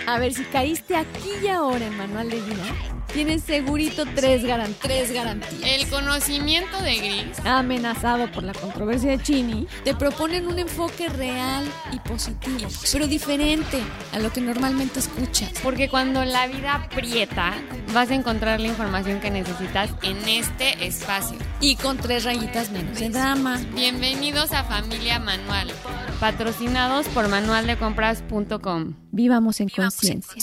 A ver, si caíste aquí y ahora en Manual de Vida, tienes segurito tres garantías. El conocimiento de Gris, Amenazado por la controversia de Chini, te proponen un enfoque real y positivo, pero diferente a lo que normalmente escuchas. porque cuando la vida aprieta, vas a encontrar la información que necesitas en este espacio. Y con 3 rayitas menos de drama. Bienvenidos a Familia Manual, patrocinados por manualdecompras.com. Vivamos en conciencia.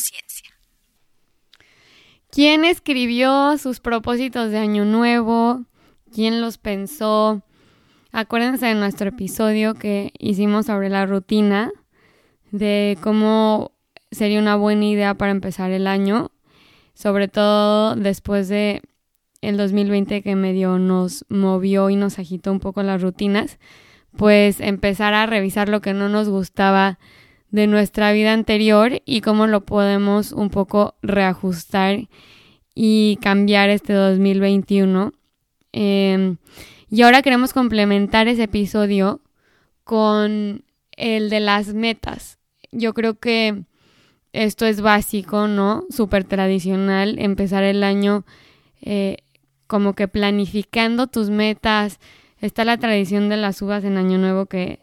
¿Quién escribió sus propósitos de Año Nuevo? ¿Quién los pensó? Acuérdense de nuestro episodio que hicimos sobre la rutina, de cómo sería una buena idea para empezar el año, sobre todo después de el 2020 que medio nos movió y nos agitó un poco las rutinas, pues empezar a revisar lo que no nos gustaba de nuestra vida anterior y cómo lo podemos un poco reajustar y cambiar este 2021. Y ahora queremos complementar ese episodio con el de las metas. Yo creo que esto es básico, ¿no? Súper tradicional, empezar el año como que planificando tus metas. Está la tradición de las uvas en Año Nuevo que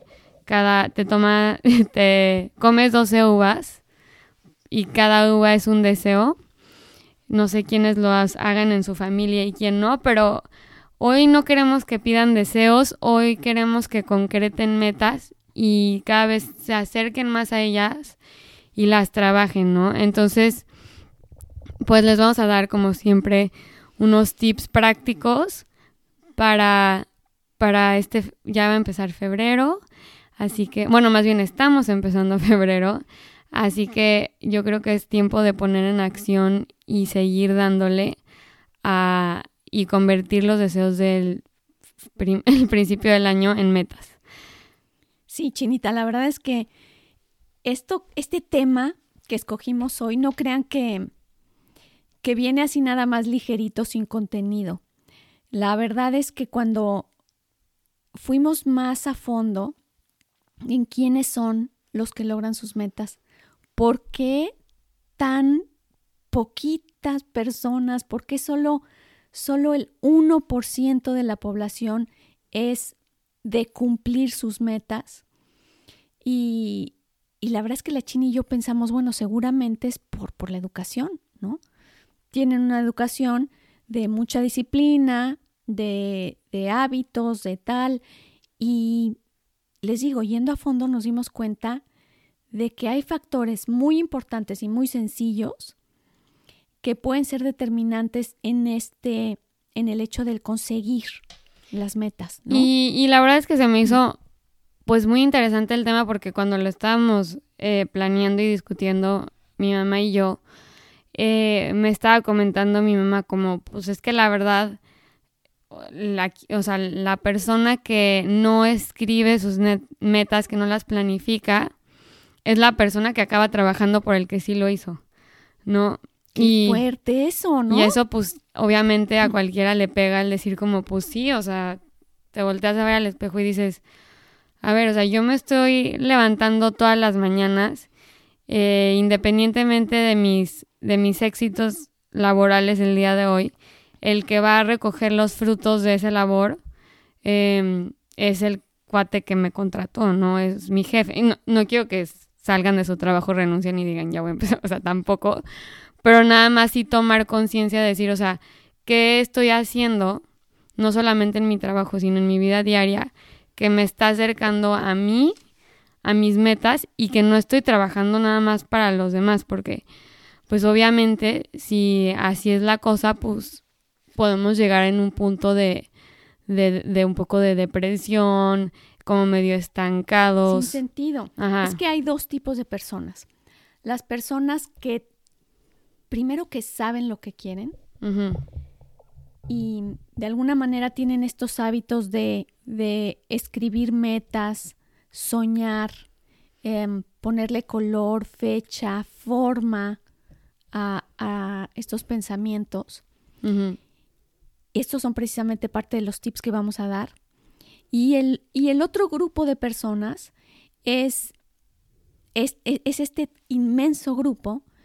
te comes 12 uvas y cada uva es un deseo. No sé quiénes lo hagan en su familia y quién no, pero hoy no queremos que pidan deseos, hoy queremos que concreten metas y cada vez se acerquen más a ellas y las trabajen, ¿no? Entonces, pues les vamos a dar, como siempre, unos tips prácticos para ya va a empezar febrero. Así que, bueno, más bien estamos empezando febrero, así que yo creo que es tiempo de poner en acción y seguir dándole y convertir los deseos del el principio del año en metas. Sí, Chinita, la verdad es que este tema que escogimos hoy, no crean que viene así nada más ligerito, sin contenido. La verdad es que cuando fuimos más a fondo en quiénes son los que logran sus metas, por qué tan poquitas personas, por qué solo el 1% de la población es de cumplir sus metas. Y la verdad es que la Chini y yo pensamos, bueno, seguramente es por la educación, ¿no? Tienen una educación de mucha disciplina, de hábitos, de tal, y les digo, yendo a fondo nos dimos cuenta de que hay factores muy importantes y muy sencillos que pueden ser determinantes en el hecho del conseguir las metas, ¿no? Y la verdad es que se me hizo pues muy interesante el tema porque cuando lo estábamos planeando y discutiendo mi mamá y yo, me estaba comentando mi mamá como, pues es que la verdad, la persona que no escribe sus metas, que no las planifica, es la persona que acaba trabajando por el que sí lo hizo, ¿no? Qué fuerte eso, ¿no? Y eso, pues, obviamente a cualquiera le pega el decir como, pues sí, o sea, te volteas a ver al espejo y dices, a ver, o sea, yo me estoy levantando todas las mañanas, independientemente de mis éxitos laborales el día de hoy, el que va a recoger los frutos de esa labor es el cuate que me contrató, no es mi jefe. Y no quiero que salgan de su trabajo, renuncien y digan, ya voy a empezar, o sea, tampoco. Pero nada más sí tomar conciencia de decir, o sea, ¿qué estoy haciendo? No solamente en mi trabajo, sino en mi vida diaria, que me está acercando a mí, a mis metas, y que no estoy trabajando nada más para los demás, porque pues obviamente si así es la cosa, pues podemos llegar en un punto de un poco de depresión, como medio estancados. Sin sentido. Ajá. Es que hay 2 tipos de personas. Las personas que primero que saben lo que quieren, Uh-huh. y de alguna manera tienen estos hábitos de escribir metas, soñar, ponerle color, fecha, forma a estos pensamientos. Uh-huh. Estos son precisamente parte de los tips que vamos a dar. Y el otro grupo de personas es este inmenso grupo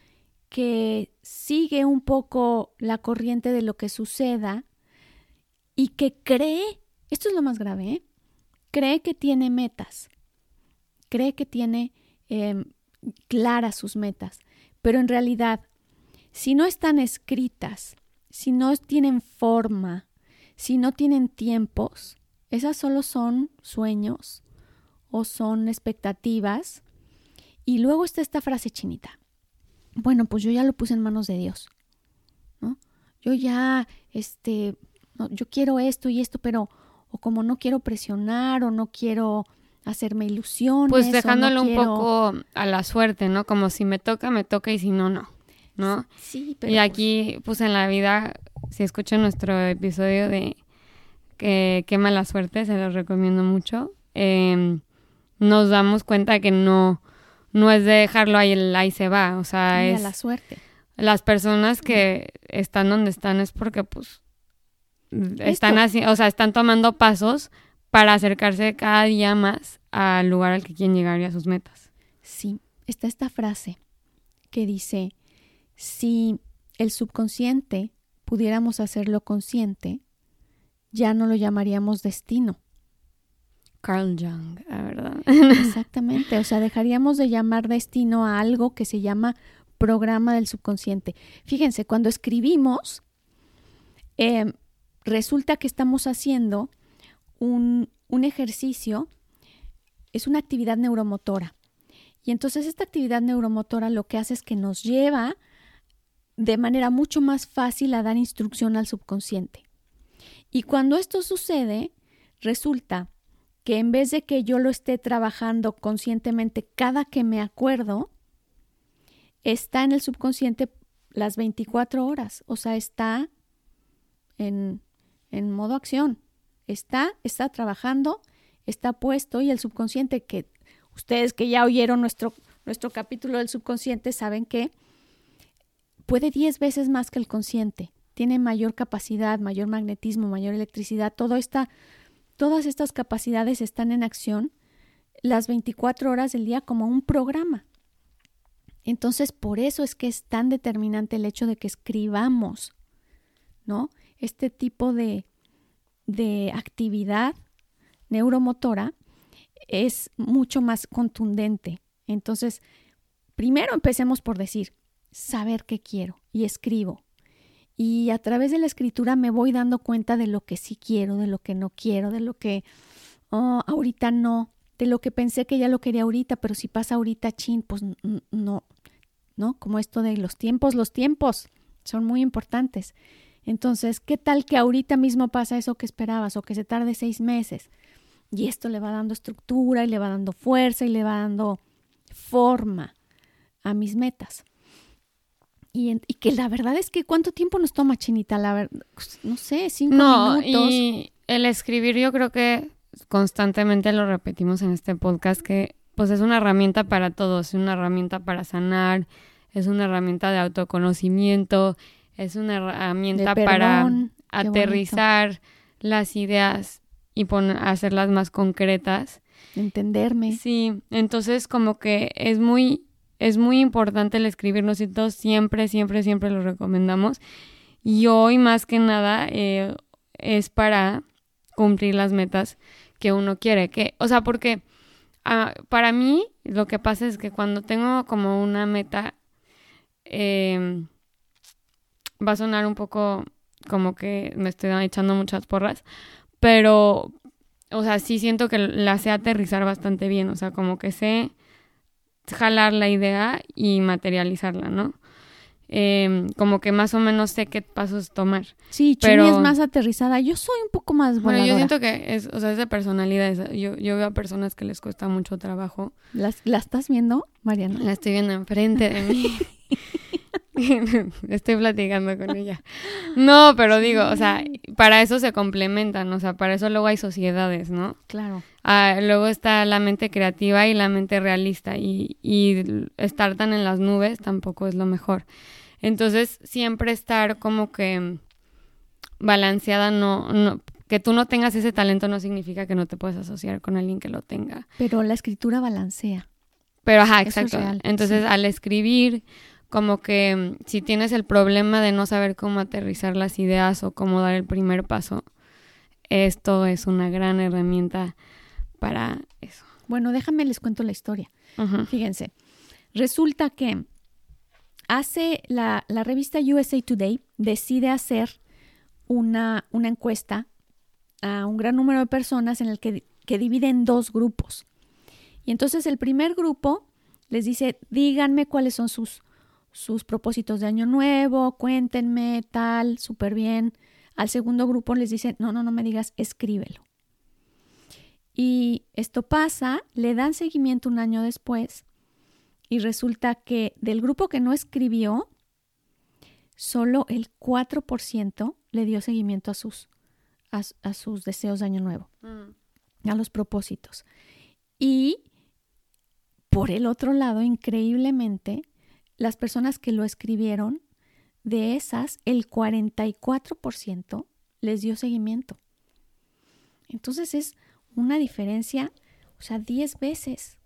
que sigue un poco la corriente de lo que suceda y que cree, esto es lo más grave, ¿eh? Cree que tiene metas, cree que tiene claras sus metas, pero en realidad, si no están escritas, si no tienen forma, si no tienen tiempos, esas solo son sueños o son expectativas. Y luego está esta frase chinita. Bueno, pues yo ya lo puse en manos de Dios, ¿no? Yo ya, no, yo quiero esto y esto, pero o como no quiero presionar o no quiero hacerme ilusiones. Pues dejándolo no quiero... un poco a la suerte, ¿no? Como si me toca y si no, no, ¿no? Sí, pero... Y aquí, pues en la vida, si escuchan nuestro episodio de Qué mala suerte, se los recomiendo mucho, nos damos cuenta que no es de dejarlo ahí se va, o sea, es a la suerte. Las personas que están donde están es porque pues están así, o sea, están tomando pasos para acercarse cada día más al lugar al que quieren llegar y a sus metas. Sí, está esta frase que dice, si el subconsciente pudiéramos hacerlo consciente, ya no lo llamaríamos destino. Carl Jung, la verdad. Exactamente, o sea, dejaríamos de llamar destino a algo que se llama programa del subconsciente. Fíjense, cuando escribimos, resulta que estamos haciendo un ejercicio, es una actividad neuromotora. Y entonces esta actividad neuromotora lo que hace es que nos lleva de manera mucho más fácil a dar instrucción al subconsciente. Y cuando esto sucede, resulta que en vez de que yo lo esté trabajando conscientemente cada que me acuerdo, está en el subconsciente las 24 horas, o sea, está en modo acción, está trabajando, está puesto, y el subconsciente, que ustedes que ya oyeron nuestro capítulo del subconsciente saben que puede 10 veces más que el consciente, tiene mayor capacidad, mayor magnetismo, mayor electricidad, todas estas capacidades están en acción las 24 horas del día como un programa. Entonces, por eso es que es tan determinante el hecho de que escribamos, ¿no? Este tipo de actividad neuromotora es mucho más contundente. Entonces, primero empecemos por decir, saber qué quiero, y escribo. Y a través de la escritura me voy dando cuenta de lo que sí quiero, de lo que no quiero, de lo que ahorita no, de lo que pensé que ya lo quería ahorita, pero si pasa ahorita, pues no, como esto de los tiempos son muy importantes. Entonces, ¿qué tal que ahorita mismo pasa eso que esperabas o que se tarde 6 meses? Y esto le va dando estructura y le va dando fuerza y le va dando forma a mis metas. Y que la verdad es que ¿cuánto tiempo nos toma, Chinita? La verdad, no sé, 5 minutos. Y el escribir, yo creo que constantemente lo repetimos en este podcast, que pues es una herramienta para todos, es una herramienta para sanar, es una herramienta de autoconocimiento, es una herramienta para aterrizar las ideas y hacerlas más concretas. Entenderme. Sí, entonces como que es muy importante el escribir, nosotros siempre lo recomendamos. Y hoy más que nada es para cumplir las metas que uno quiere. Porque para mí lo que pasa es que cuando tengo como una meta, va a sonar un poco como que me estoy echando muchas porras, pero, o sea, sí siento que la sé aterrizar bastante bien, o sea, como que sé jalar la idea y materializarla, ¿no? Como que más o menos sé qué pasos tomar. Sí, Chini es más aterrizada. Yo soy un poco más voladora. Bueno, yo siento que es de personalidad. Yo veo a personas que les cuesta mucho trabajo. ¿La estás viendo, Mariana? La estoy viendo enfrente de mí. Estoy platicando con ella. No, pero digo, o sea, para eso se complementan, o sea, para eso luego hay sociedades, ¿no? Claro. Luego está la mente creativa y la mente realista, y estar tan en las nubes tampoco es lo mejor. Entonces, siempre estar como que balanceada, no, que tú no tengas ese talento no significa que no te puedas asociar con alguien que lo tenga. Pero la escritura balancea. Pero, exacto. Eso es real. Entonces, sí. Al escribir, como que si tienes el problema de no saber cómo aterrizar las ideas o cómo dar el primer paso, esto es una gran herramienta para eso. Bueno, déjame les cuento la historia. Uh-huh. Fíjense, resulta que hace la revista USA Today decide hacer una encuesta a un gran número de personas en el que divide en 2 grupos. Y entonces el primer grupo les dice, díganme cuáles son sus propósitos de año nuevo, cuéntenme, tal, súper bien. Al segundo grupo les dice, no me digas, escríbelo. Y esto pasa, le dan seguimiento un año después y resulta que del grupo que no escribió, solo el 4% le dio seguimiento a sus deseos de año nuevo, a los propósitos. Y por el otro lado, increíblemente, las personas que lo escribieron, de esas, el 44% les dio seguimiento. Entonces es una diferencia, 10 veces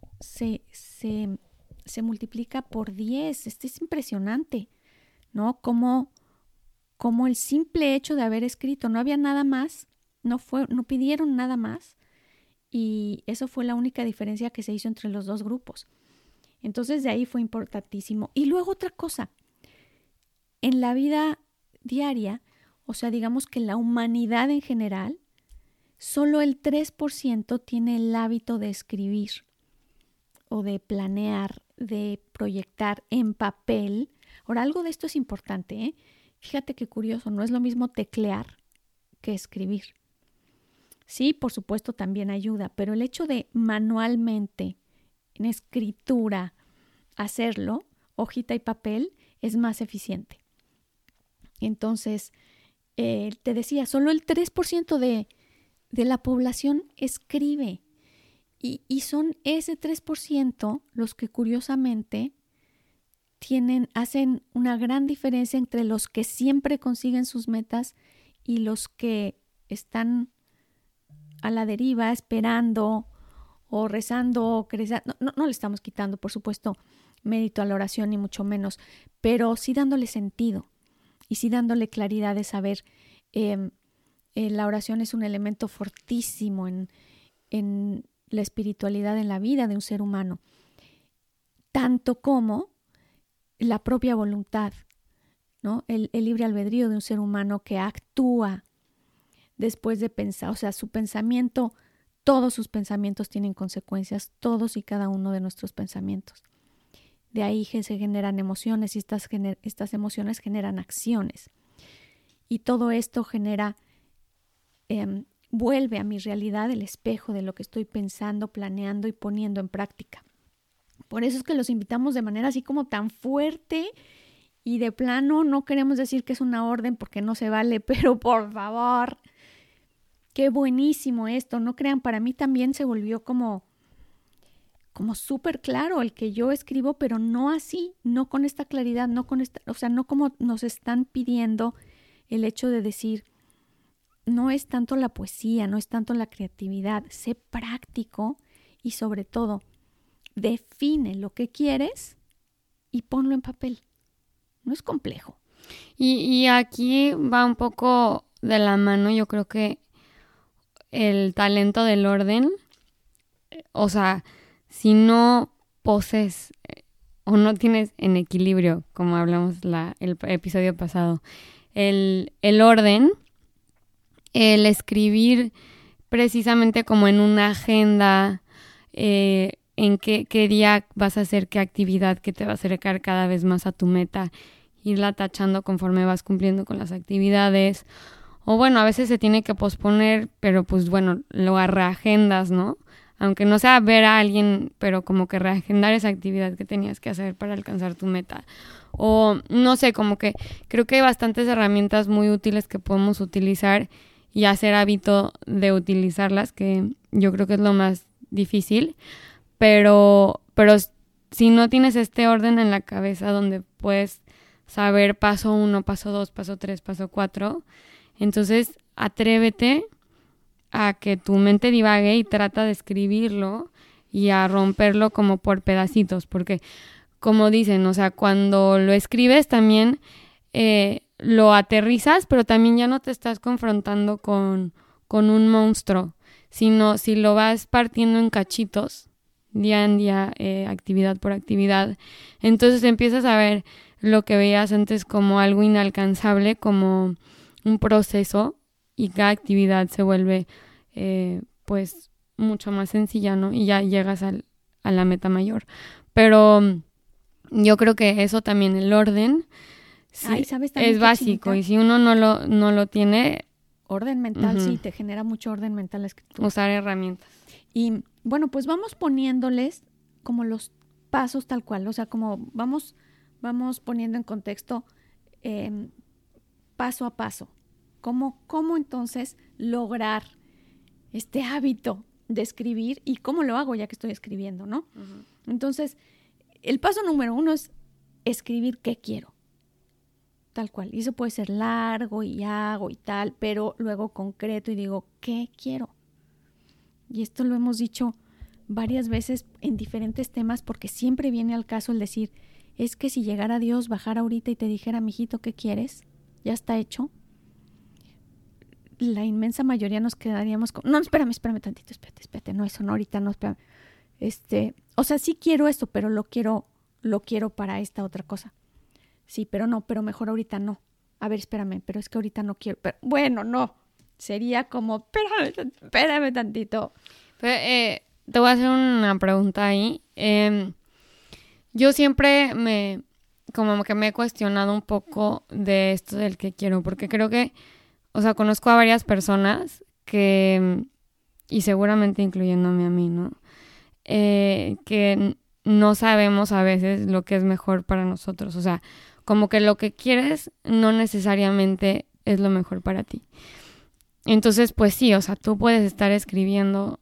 se multiplica por 10. Es impresionante, ¿no? Como el simple hecho de haber escrito, no había nada más, no pidieron nada más, y eso fue la única diferencia que se hizo entre los 2 grupos. Entonces de ahí fue importantísimo. Y luego otra cosa, en la vida diaria, digamos que la humanidad en general, solo el 3% tiene el hábito de escribir o de planear, de proyectar en papel. Ahora, algo de esto es importante, ¿eh? Fíjate qué curioso, no es lo mismo teclear que escribir. Sí, por supuesto, también ayuda, pero el hecho de manualmente, en escritura, hacerlo, hojita y papel, es más eficiente. Entonces, te decía, solo el 3% de la población escribe. Y son ese 3% los que curiosamente hacen una gran diferencia entre los que siempre consiguen sus metas y los que están a la deriva esperando o rezando o creyendo. No le estamos quitando, por supuesto, mérito a la oración ni mucho menos, pero sí dándole sentido y sí dándole claridad de saber la oración es un elemento fortísimo en la espiritualidad, en la vida de un ser humano, tanto como la propia voluntad, ¿no? El libre albedrío de un ser humano que actúa después de pensar, su pensamiento, todos sus pensamientos tienen consecuencias, todos y cada uno de nuestros pensamientos. De ahí se generan emociones y estas emociones generan acciones. Y todo esto vuelve a mi realidad el espejo de lo que estoy pensando, planeando y poniendo en práctica. Por eso es que los invitamos de manera así como tan fuerte y de plano. No queremos decir que es una orden porque no se vale, pero por favor, qué buenísimo esto. No crean, para mí también se volvió como súper claro el que yo escribo, pero no así, no con esta claridad, no con esta, no como nos están pidiendo el hecho de decir, no es tanto la poesía, no es tanto la creatividad, sé práctico y sobre todo, define lo que quieres y ponlo en papel. No es complejo. Y aquí va un poco de la mano, yo creo que el talento del orden, si no poses o no tienes en equilibrio, como hablamos el episodio pasado, el orden, el escribir precisamente como en una agenda, en qué día vas a hacer qué actividad que te va a acercar cada vez más a tu meta, irla tachando conforme vas cumpliendo con las actividades. O bueno, a veces se tiene que posponer, pero pues bueno, lo reagendas, ¿no? Aunque no sea ver a alguien, pero como que reagendar esa actividad que tenías que hacer para alcanzar tu meta. O no sé, como que creo que hay bastantes herramientas muy útiles que podemos utilizar y hacer hábito de utilizarlas, que yo creo que es lo más difícil. Pero si no tienes este orden en la cabeza donde puedes saber paso 1, paso 2, paso 3, paso 4, entonces atrévete a que tu mente divague y trata de escribirlo y a romperlo como por pedacitos, porque como dicen, o sea, cuando lo escribes también lo aterrizas, pero también ya no te estás confrontando con un monstruo, sino si lo vas partiendo en cachitos, día en día, actividad por actividad, entonces empiezas a ver lo que veías antes como algo inalcanzable, como un proceso, y cada actividad se vuelve pues mucho más sencilla, ¿no? Y ya llegas a la meta mayor. Pero yo creo que eso también, el orden, sí, Ay, ¿sabes también es básico, y si uno no lo tiene... Orden mental, uh-huh. Sí, te genera mucho orden mental la escritura. Usar herramientas. Y bueno, pues vamos poniéndoles como los pasos tal cual, o sea, como vamos poniendo en contexto paso a paso. ¿Cómo entonces lograr este hábito de escribir y cómo lo hago ya que estoy escribiendo, ¿no? Uh-huh. Entonces, el paso número 1 es escribir qué quiero. Tal cual. Y eso puede ser largo y hago y tal, pero luego concreto y digo, ¿qué quiero? Y esto lo hemos dicho varias veces en diferentes temas porque siempre viene al caso el decir, es que si llegara Dios, bajara ahorita y te dijera, mijito, ¿qué quieres? Ya está hecho. La inmensa mayoría nos quedaríamos con, no, espérame tantito, espérate, no, eso no, ahorita no, espérame. O sea, sí quiero esto, pero lo quiero para esta otra cosa. Sí, pero mejor ahorita no. A ver, espérame, pero es que ahorita no quiero. Pero, bueno, no. Sería como, espérame tantito. Pero, te voy a hacer una pregunta ahí. Yo siempre como que me he cuestionado un poco de esto del que quiero, porque creo que, o sea, conozco a varias personas que, y seguramente incluyéndome a mí, ¿no? Que no sabemos a veces lo que es mejor para nosotros, o sea, como que lo que quieres no necesariamente es lo mejor para ti. Entonces, pues sí, o sea, tú puedes estar escribiendo,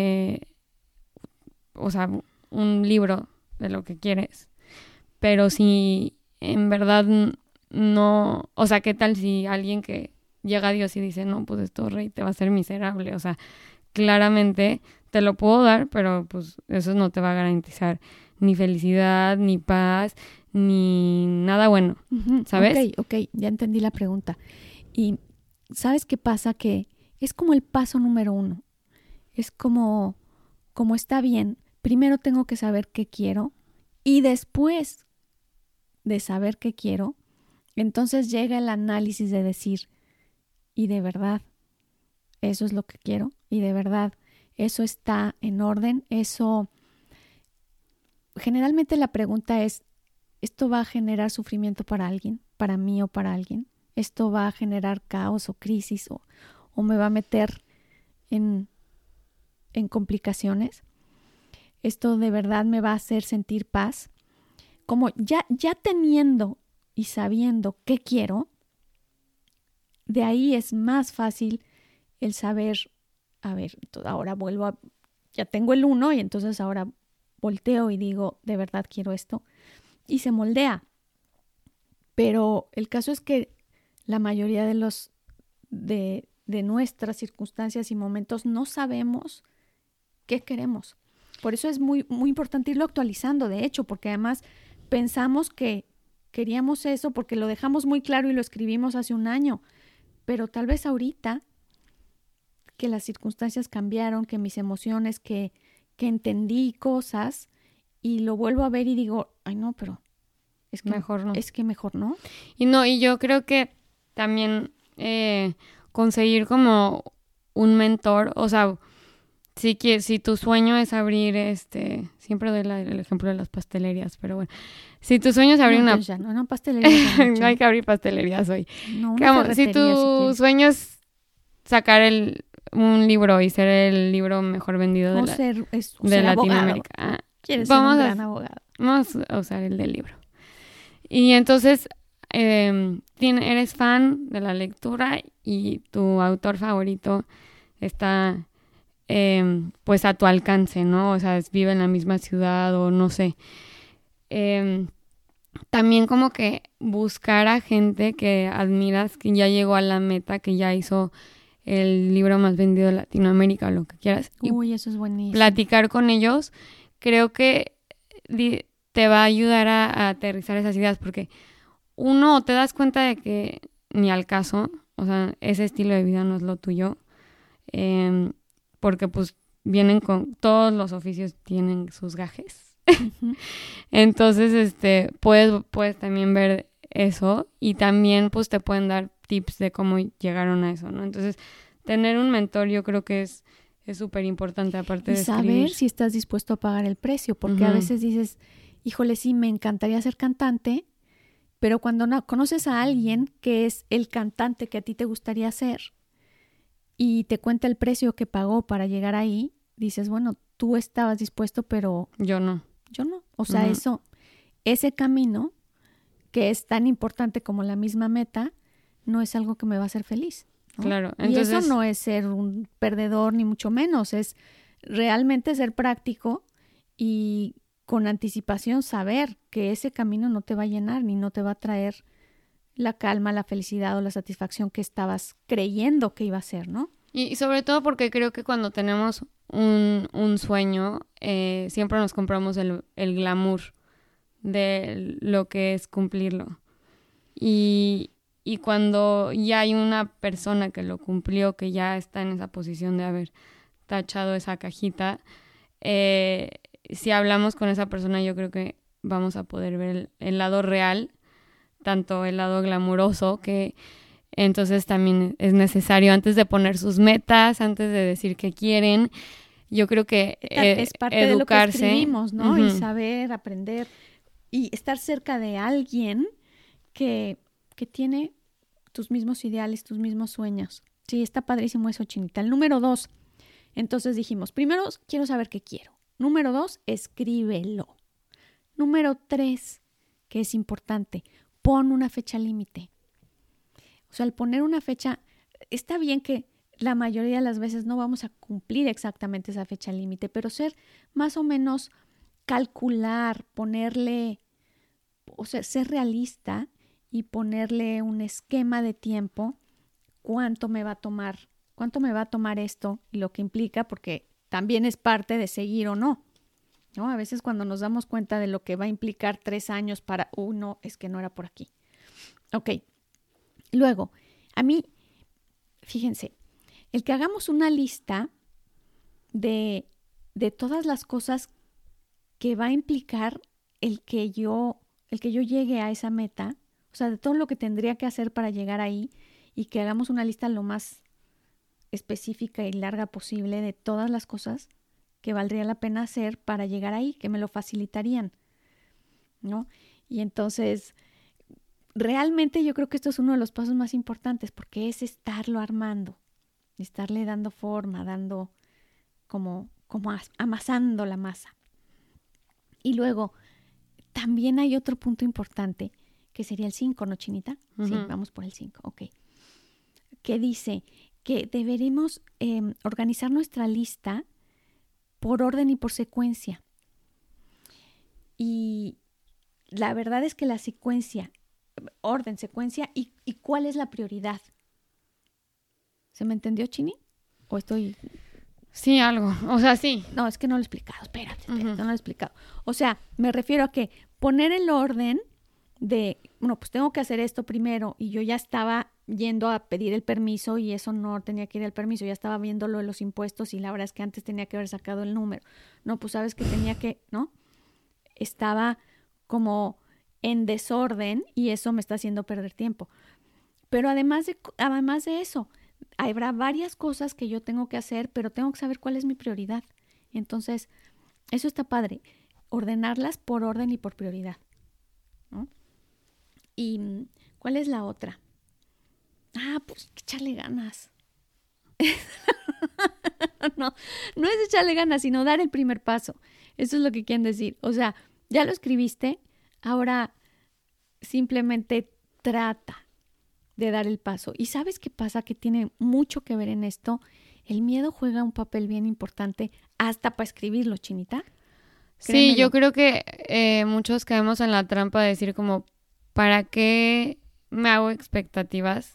o sea, un libro de lo que quieres, pero si en verdad no, o sea, ¿qué tal si alguien que llega a Dios y dice, no, pues esto, Rey, te va a hacer miserable? O sea, claramente te lo puedo dar, pero pues eso no te va a garantizar ni felicidad, ni paz, ni nada bueno, ¿sabes? Ok, ya entendí la pregunta. Y ¿sabes qué pasa? Que es como el paso número 1. Es como está bien, primero tengo que saber qué quiero y después de saber qué quiero, entonces llega el análisis de decir, y de verdad, eso es lo que quiero, y de verdad, eso está en orden, eso... Generalmente la pregunta es, ¿esto va a generar sufrimiento para alguien, para mí o para alguien? ¿Esto va a generar caos o crisis o me va a meter en complicaciones? ¿Esto de verdad me va a hacer sentir paz? Como ya teniendo y sabiendo qué quiero, de ahí es más fácil el saber, a ver, ahora ya tengo el 1 y entonces ahora volteo y digo, de verdad quiero esto, y se moldea. Pero el caso es que la mayoría de nuestras circunstancias y momentos no sabemos qué queremos. Por eso es muy, muy importante irlo actualizando, de hecho, porque además pensamos que queríamos eso porque lo dejamos muy claro y lo escribimos hace un año, pero tal vez ahorita que las circunstancias cambiaron, que mis emociones, que entendí cosas y lo vuelvo a ver y digo, ay no, pero es que mejor no. Es que mejor no. Y yo creo que también conseguir como un mentor, o sea, si tu sueño es abrir siempre doy el ejemplo de las pastelerías, pero bueno, si tu sueño es abrir no pastelerías. No hay que abrir pastelerías hoy. No, si tu sueño es sacar un libro y ser el libro mejor vendido de Latinoamérica. ¿Quieres ser un gran abogado? Vamos a usar el del libro. Y entonces eres fan de la lectura y tu autor favorito está pues a tu alcance, ¿no? O sea, vive en la misma ciudad o no sé. También como que buscar a gente que admiras, que ya llegó a la meta, que ya hizo el libro más vendido de Latinoamérica o lo que quieras. Uy, eso es buenísimo. Platicar con ellos. Creo que te va a ayudar a aterrizar esas ideas, porque uno, te das cuenta de que ni al caso, o sea, ese estilo de vida no es lo tuyo, porque pues vienen con, todos los oficios tienen sus gajes. Ujú. Entonces, puedes también ver eso y también pues te pueden dar tips de cómo llegaron a eso, ¿no? Entonces, tener un mentor yo creo que es súper importante, aparte Y de saber escribir. si estás dispuesto a pagar el precio, porque a Ujú. veces dices, híjole, sí, me encantaría ser cantante, pero cuando conoces a alguien que es el cantante que a ti te gustaría ser y te cuenta el precio que pagó para llegar ahí, dices, bueno, tú estabas dispuesto, pero Yo no. yo no. O sea, Ujú. ese camino que es tan importante como la misma meta, no es algo que me va a hacer feliz, ¿no? Claro, Y eso entonces, no es ser un perdedor, ni mucho menos, es realmente ser práctico y con anticipación saber que ese camino no te va a llenar ni no te va a traer la calma, la felicidad o la satisfacción que estabas creyendo que iba a ser, ¿no? y sobre todo porque creo que cuando tenemos un sueño, siempre nos compramos el glamour de lo que es cumplirlo. Y, y cuando ya hay una persona que lo cumplió, que ya está en esa posición de haber tachado esa cajita, si hablamos con esa persona, yo creo que vamos a poder ver el lado real, tanto el lado glamuroso, que entonces también es necesario antes de poner sus metas, antes de decir qué quieren. Yo creo que Es parte de lo que educarse. escribimos, ¿no? Y Ujú. saber, aprender y estar cerca de alguien que tiene tus mismos ideales, tus mismos sueños. Sí, está padrísimo eso, Chinita. El número 2, entonces dijimos, primero, quiero saber qué quiero. Número 2, escríbelo. Número 3, que es importante, pon una fecha límite. O sea, al poner una fecha, está bien que la mayoría de las veces no vamos a cumplir exactamente esa fecha límite, pero ser más o menos calcular, ponerle, o sea, ser realista y ponerle un esquema de tiempo, cuánto me va a tomar esto y lo que implica, porque también es parte de seguir o no, ¿no? A veces cuando nos damos cuenta de lo que va a implicar 3 años para, no, es que no era por aquí. Ok, luego, a mí, fíjense, el que hagamos una lista de todas las cosas que va a implicar el que yo llegue a esa meta, o sea, de todo lo que tendría que hacer para llegar ahí y que hagamos una lista lo más específica y larga posible de todas las cosas que valdría la pena hacer para llegar ahí, que me lo facilitarían, ¿no? Y entonces, realmente yo creo que esto es uno de los pasos más importantes porque es estarlo armando, estarle dando forma, dando como amasando la masa. Y luego, también hay otro punto importante, que sería el 5, ¿no, Chinita? Uh-huh. Sí, vamos por el 5, ok. Que dice que deberemos organizar nuestra lista por orden y por secuencia. Y la verdad es que la secuencia, orden, secuencia y cuál es la prioridad. ¿Se me entendió, Chini? ¿O estoy...? Sí, algo. O sea, sí. No, es que no lo he explicado. Espérate, Uh-huh. no lo he explicado. O sea, me refiero a que poner el orden de, bueno, pues tengo que hacer esto primero y yo ya estaba yendo a pedir el permiso y eso no tenía que ir al permiso, ya estaba viendo lo de los impuestos y la verdad es que antes tenía que haber sacado el número. No, pues sabes que tenía que, ¿no? Estaba como en desorden y eso me está haciendo perder tiempo. Pero además de eso, habrá varias cosas que yo tengo que hacer, pero tengo que saber cuál es mi prioridad. Entonces, eso está padre, ordenarlas por orden y por prioridad, ¿no? ¿Y cuál es la otra? Pues echarle ganas. No, no es echarle ganas, sino dar el primer paso. Eso es lo que quieren decir. O sea, ya lo escribiste, ahora simplemente trata de dar el paso. ¿Y sabes qué pasa? Que tiene mucho que ver en esto. El miedo juega un papel bien importante hasta para escribirlo, Chinita. Sí, Créemelo. yo creo que muchos caemos en la trampa de decir como, ¿para qué me hago expectativas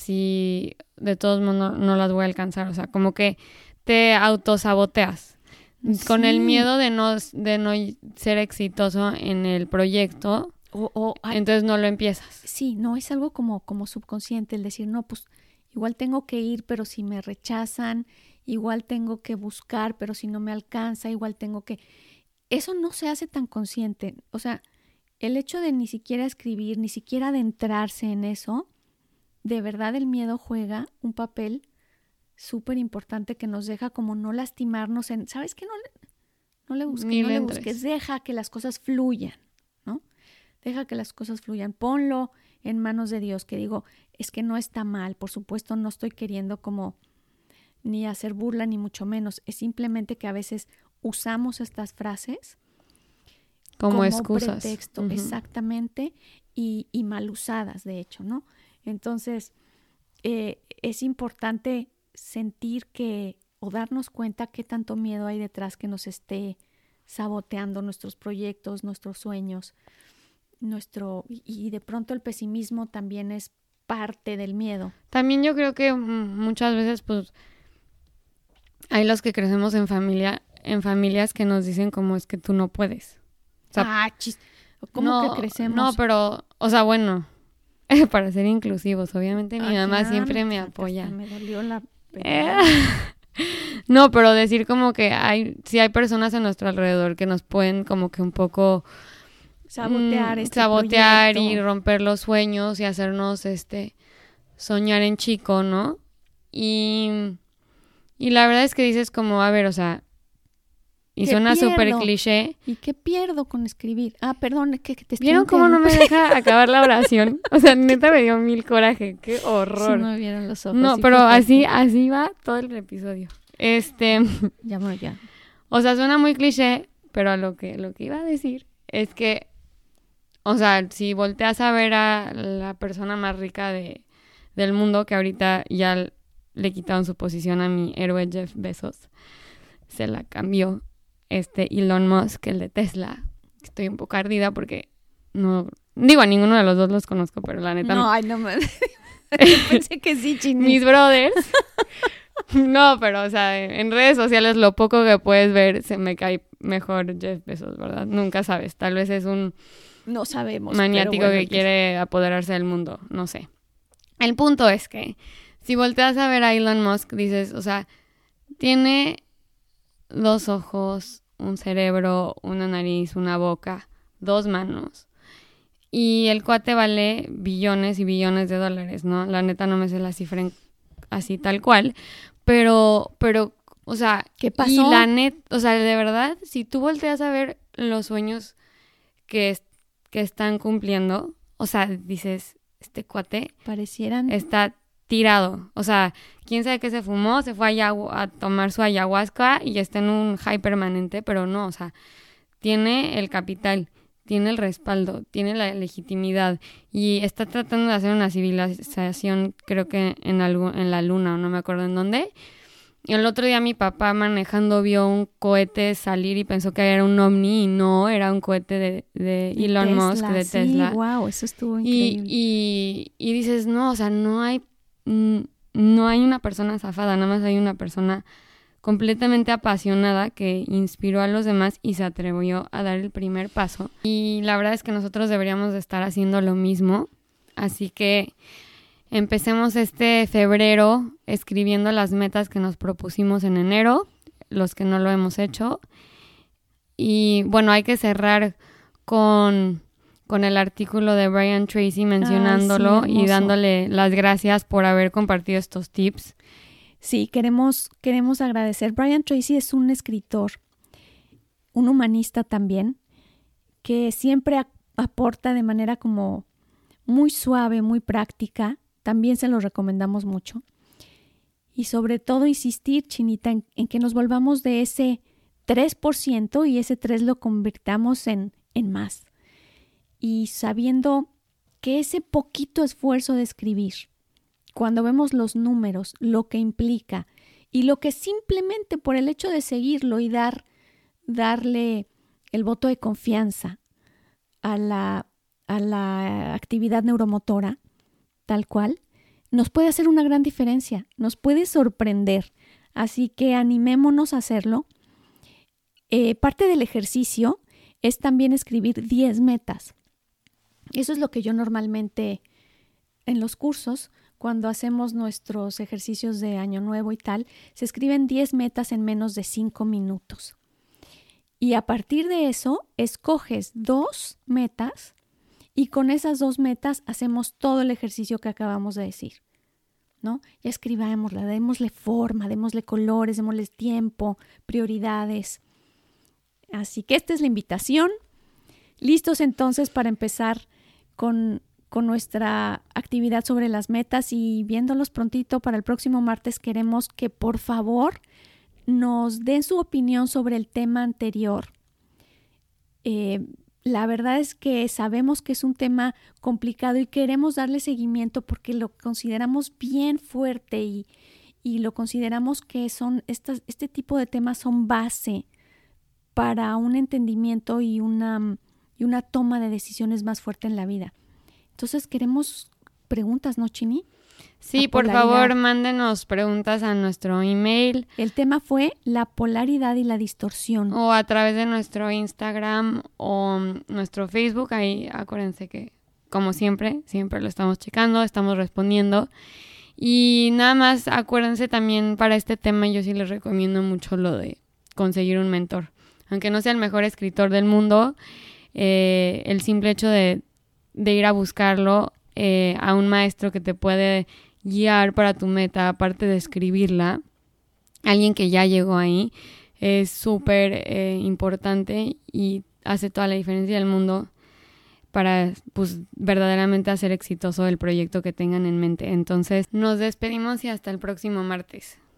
si de todos modos no las voy a alcanzar? O sea, como que te autosaboteas. Con el Sí. miedo de no ser exitoso en el proyecto, entonces no lo empiezas. Sí, no, es algo como subconsciente, el decir, no, pues igual tengo que ir, pero si me rechazan, igual tengo que buscar, pero si no me alcanza, igual tengo que... Eso no se hace tan consciente. O sea, el hecho de ni siquiera escribir, ni siquiera adentrarse en eso, de verdad el miedo juega un papel súper importante que nos deja como no lastimarnos en, ¿sabes qué? No le busques, Ni no le le entres. busques, deja que las cosas fluyan, ¿no? Deja que las cosas fluyan, ponlo en manos de Dios, que digo, es que no está mal, por supuesto no estoy queriendo como ni hacer burla ni mucho menos, es simplemente que a veces usamos estas frases Como excusas. pretexto, Ujú. exactamente, y mal usadas, de hecho, ¿no? Entonces, es importante sentir que o darnos cuenta qué tanto miedo hay detrás que nos esté saboteando nuestros proyectos, nuestros sueños, y de pronto el pesimismo también es parte del miedo. También yo creo que muchas veces, pues, hay los que crecemos en familias que nos dicen como es que tú no puedes. O sea, ¿Cómo que crecemos? No, pero, o sea, bueno, para ser inclusivos, obviamente mi mamá siempre me apoya. Me dolió la... No, pero decir como que sí hay personas a nuestro alrededor que nos pueden como que un poco sabotear y romper los sueños y hacernos soñar en chico, ¿no? Y la verdad es que dices como, a ver, o sea, y suena súper cliché. ¿Y qué pierdo con escribir? Perdón, que te estoy ¿Vieron cómo no me deja acabar la oración? O sea, neta me dio mil coraje, qué horror. Sí, me vieron los ojos. No, sí, pero así va todo el episodio. Ya. O sea, suena muy cliché, pero lo que iba a decir es que, o sea, si volteas a ver a la persona más rica del mundo, que ahorita ya le quitaron su posición a mi héroe Jeff Bezos, se la cambió Elon Musk, el de Tesla. Estoy un poco ardida porque no... Digo, a ninguno de los dos los conozco, pero la neta... No, no me... Yo pensé que sí, Chini. Mis brothers... No, pero, o sea, en redes sociales lo poco que puedes ver se me cae mejor Jeff Bezos, ¿verdad? Nunca sabes. Tal vez es un... No sabemos. Maniático que quiere apoderarse del mundo. No sé. El punto es que si volteas a ver a Elon Musk, dices, o sea, tiene 2 ojos, un cerebro, una nariz, una boca, 2 manos. Y el cuate vale billones y billones de dólares, ¿no? La neta no me sé la cifra así tal cual. Pero, o sea... ¿Qué pasó? Y la neta, o sea, de verdad, si tú volteas a ver los sueños que están cumpliendo, o sea, dices, este cuate está tirado. O sea, quién sabe qué se fumó, se fue a tomar su ayahuasca y está en un high permanente, pero no, o sea, tiene el capital, tiene el respaldo, tiene la legitimidad y está tratando de hacer una civilización, creo que en la luna, o no me acuerdo en dónde. El otro día mi papá manejando vio un cohete salir y pensó que era un ovni y no, era un cohete de Elon Musk, de Tesla. Sí, wow, eso estuvo increíble. Y dices, no, o sea, no hay una persona zafada, nada más hay una persona completamente apasionada que inspiró a los demás y se atrevió a dar el primer paso. Y la verdad es que nosotros deberíamos de estar haciendo lo mismo. Así que empecemos este febrero escribiendo las metas que nos propusimos en enero, los que no lo hemos hecho. Y bueno, hay que cerrar con el artículo de Brian Tracy mencionándolo y dándole las gracias por haber compartido estos tips. Sí, queremos agradecer. Brian Tracy es un escritor, un humanista también, que siempre aporta de manera como muy suave, muy práctica. También se lo recomendamos mucho. Y sobre todo insistir, Chinita, en que nos volvamos de ese 3% y ese 3% lo convirtamos en más. Y sabiendo que ese poquito esfuerzo de escribir, cuando vemos los números, lo que implica y lo que simplemente por el hecho de seguirlo y darle el voto de confianza a la actividad neuromotora, tal cual, nos puede hacer una gran diferencia, nos puede sorprender. Así que animémonos a hacerlo. Parte del ejercicio es también escribir 10 metas. Eso es lo que yo normalmente en los cursos, cuando hacemos nuestros ejercicios de Año Nuevo y tal, se escriben 10 metas en menos de 5 minutos. Y a partir de eso, escoges 2 metas y con esas 2 metas hacemos todo el ejercicio que acabamos de decir, ¿no? Ya escribámosla, démosle forma, démosle colores, démosle tiempo, prioridades. Así que esta es la invitación. Listos entonces para empezar con nuestra actividad sobre las metas y viéndolos prontito para el próximo martes. Queremos que por favor nos den su opinión sobre el tema anterior. La verdad es que sabemos que es un tema complicado y queremos darle seguimiento porque lo consideramos bien fuerte y lo consideramos que este tipo de temas son base para un entendimiento y una toma de decisiones más fuerte en la vida. Entonces queremos preguntas, ¿no, Chini? Sí, por favor, mándenos preguntas a nuestro email. El tema fue la polaridad y la distorsión. O a través de nuestro Instagram o nuestro Facebook. Ahí acuérdense que, como siempre lo estamos checando, estamos respondiendo. Y nada más acuérdense también para este tema, yo sí les recomiendo mucho lo de conseguir un mentor. Aunque no sea el mejor escritor del mundo, el simple hecho de ir a buscarlo, a un maestro que te puede guiar para tu meta, aparte de escribirla, alguien que ya llegó ahí, es súper importante y hace toda la diferencia del mundo para pues verdaderamente hacer exitoso el proyecto que tengan en mente. Entonces nos despedimos y hasta el próximo martes.